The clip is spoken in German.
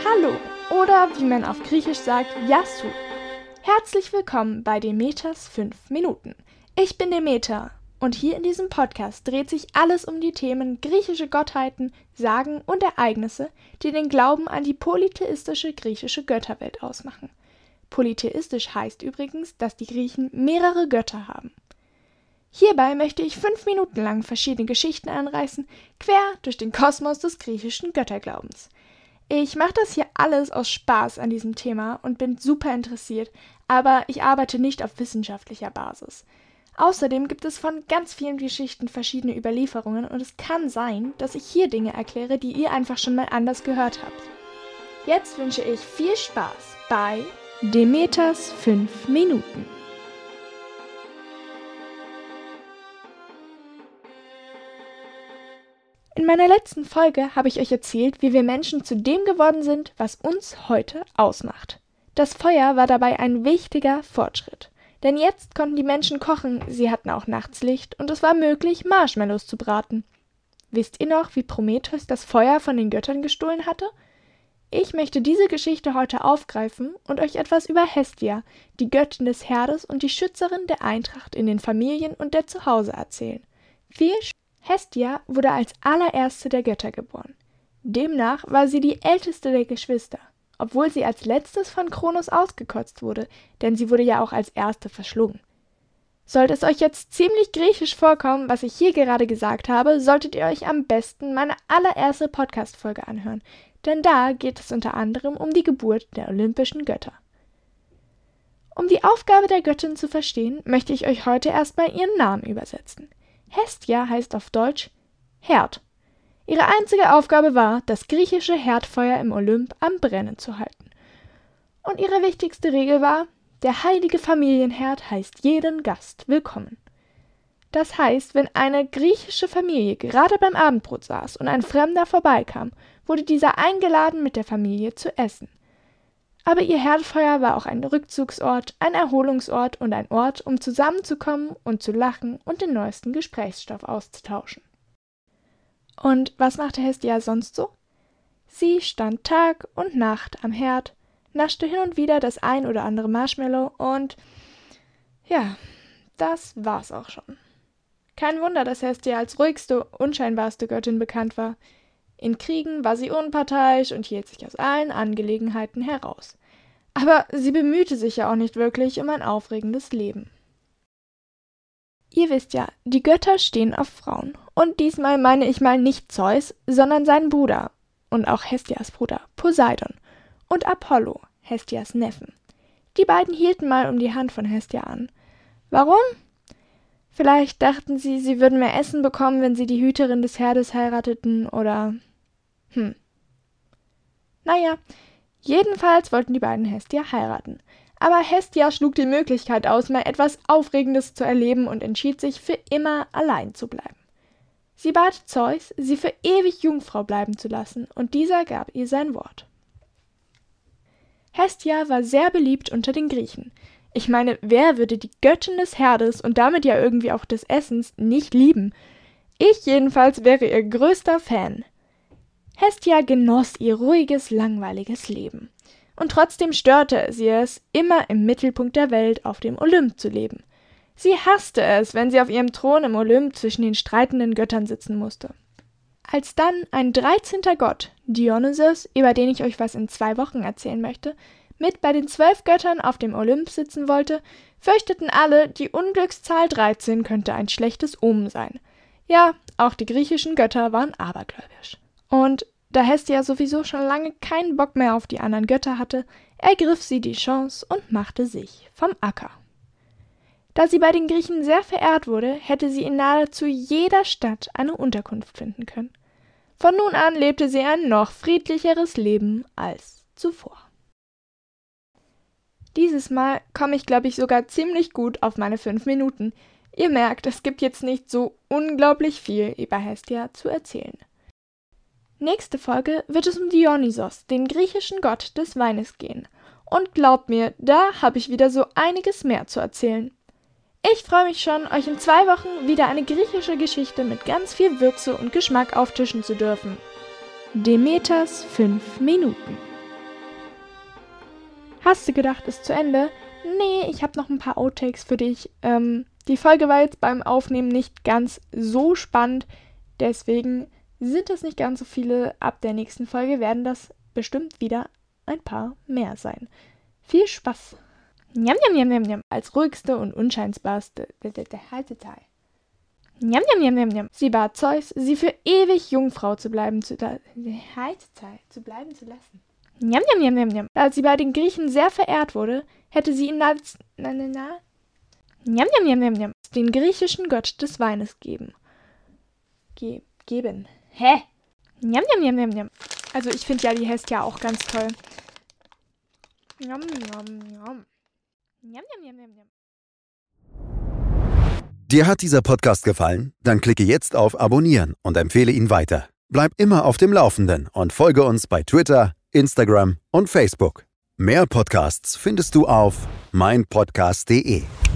Hallo oder wie man auf Griechisch sagt, Yassou. Herzlich willkommen bei Demeters 5 Minuten. Ich bin Demeter und hier in diesem Podcast dreht sich alles um die Themen griechische Gottheiten, Sagen und Ereignisse, die den Glauben an die polytheistische griechische Götterwelt ausmachen. Polytheistisch heißt übrigens, dass die Griechen mehrere Götter haben. Hierbei möchte ich 5 Minuten lang verschiedene Geschichten anreißen, quer durch den Kosmos des griechischen Götterglaubens. Ich mache das hier alles aus Spaß an diesem Thema und bin super interessiert, aber ich arbeite nicht auf wissenschaftlicher Basis. Außerdem gibt es von ganz vielen Geschichten verschiedene Überlieferungen und es kann sein, dass ich hier Dinge erkläre, die ihr einfach schon mal anders gehört habt. Jetzt wünsche ich viel Spaß bei Demeters 5 Minuten. In meiner letzten Folge habe ich euch erzählt, wie wir Menschen zu dem geworden sind, was uns heute ausmacht. Das Feuer war dabei ein wichtiger Fortschritt. Denn jetzt konnten die Menschen kochen, sie hatten auch nachts Licht und es war möglich, Marshmallows zu braten. Wisst ihr noch, wie Prometheus das Feuer von den Göttern gestohlen hatte? Ich möchte diese Geschichte heute aufgreifen und euch etwas über Hestia, die Göttin des Herdes und die Schützerin der Eintracht in den Familien und der Zuhause erzählen. Hestia wurde als allererste der Götter geboren. Demnach war sie die älteste der Geschwister, obwohl sie als letztes von Kronos ausgekotzt wurde, denn sie wurde ja auch als erste verschlungen. Sollte es euch jetzt ziemlich griechisch vorkommen, was ich hier gerade gesagt habe, solltet ihr euch am besten meine allererste Podcast-Folge anhören, denn da geht es unter anderem um die Geburt der olympischen Götter. Um die Aufgabe der Göttin zu verstehen, möchte ich euch heute erstmal ihren Namen übersetzen. Hestia heißt auf Deutsch Herd. Ihre einzige Aufgabe war, das griechische Herdfeuer im Olymp am Brennen zu halten. Und ihre wichtigste Regel war, der heilige Familienherd heißt jeden Gast willkommen. Das heißt, wenn eine griechische Familie gerade beim Abendbrot saß und ein Fremder vorbeikam, wurde dieser eingeladen, mit der Familie zu essen. Aber ihr Herdfeuer war auch ein Rückzugsort, ein Erholungsort und ein Ort, um zusammenzukommen und zu lachen und den neuesten Gesprächsstoff auszutauschen. Und was machte Hestia sonst so? Sie stand Tag und Nacht am Herd, naschte hin und wieder das ein oder andere Marshmallow und ja, das war's auch schon. Kein Wunder, dass Hestia als ruhigste, unscheinbarste Göttin bekannt war. In Kriegen war sie unparteiisch und hielt sich aus allen Angelegenheiten heraus. Aber sie bemühte sich ja auch nicht wirklich um ein aufregendes Leben. Ihr wisst ja, die Götter stehen auf Frauen. Und diesmal meine ich mal nicht Zeus, sondern seinen Bruder und auch Hestias Bruder, Poseidon, und Apollo, Hestias Neffen. Die beiden hielten mal um die Hand von Hestia an. Warum? Vielleicht dachten sie, sie würden mehr Essen bekommen, wenn sie die Hüterin des Herdes heirateten, oder Naja, jedenfalls wollten die beiden Hestia heiraten. Aber Hestia schlug die Möglichkeit aus, mal etwas Aufregendes zu erleben und entschied sich, für immer allein zu bleiben. Sie bat Zeus, sie für ewig Jungfrau bleiben zu lassen, und dieser gab ihr sein Wort. Hestia war sehr beliebt unter den Griechen. Ich meine, wer würde die Göttin des Herdes und damit ja irgendwie auch des Essens nicht lieben? Ich jedenfalls wäre ihr größter Fan. Hestia genoss ihr ruhiges, langweiliges Leben. Und trotzdem störte sie es, immer im Mittelpunkt der Welt auf dem Olymp zu leben. Sie hasste es, wenn sie auf ihrem Thron im Olymp zwischen den streitenden Göttern sitzen musste. Als dann ein 13. Gott, Dionysos, über den ich euch was in 2 Wochen erzählen möchte, mit bei den 12 Göttern auf dem Olymp sitzen wollte, fürchteten alle, die Unglückszahl 13 könnte ein schlechtes Omen sein. Ja, auch die griechischen Götter waren abergläubisch. Und da Hestia sowieso schon lange keinen Bock mehr auf die anderen Götter hatte, ergriff sie die Chance und machte sich vom Acker. Da sie bei den Griechen sehr verehrt wurde, hätte sie in nahezu jeder Stadt eine Unterkunft finden können. Von nun an lebte sie ein noch friedlicheres Leben als zuvor. Dieses Mal komme ich, glaube ich, sogar ziemlich gut auf meine 5 Minuten. Ihr merkt, es gibt jetzt nicht so unglaublich viel über Hestia zu erzählen. Nächste Folge wird es um Dionysos, den griechischen Gott des Weines, gehen. Und glaubt mir, da habe ich wieder so einiges mehr zu erzählen. Ich freue mich schon, euch in 2 Wochen wieder eine griechische Geschichte mit ganz viel Würze und Geschmack auftischen zu dürfen. Demeters 5 Minuten. Hast du gedacht, ist zu Ende? Nee, ich habe noch ein paar Outtakes für dich. Die Folge war jetzt beim Aufnehmen nicht ganz so spannend, deswegen sind das nicht ganz so viele. Ab der nächsten Folge werden das bestimmt wieder ein paar mehr sein. Viel Spaß! Njam, njam, njam, njam, njam. Als ruhigste und unscheinbarste Halteteil. Njam, njam, njam, njam, njam. Sie bat Zeus, sie für ewig Jungfrau zu bleiben zu lassen. Njam, njam, njam, njam, njam. Da sie bei den Griechen sehr verehrt wurde, hätte sie ihn als njam, njam, njam, njam, njam, den griechischen Gott des Weines geben. Hä? Njam, njam, njam, njam, njam. Also ich finde ja die Hestia auch ganz toll. Njam, njam, njam. Njam, njam, njam, njam, njam. Dir hat dieser Podcast gefallen? Dann klicke jetzt auf Abonnieren und empfehle ihn weiter. Bleib immer auf dem Laufenden und folge uns bei Twitter, Instagram und Facebook. Mehr Podcasts findest du auf meinpodcast.de.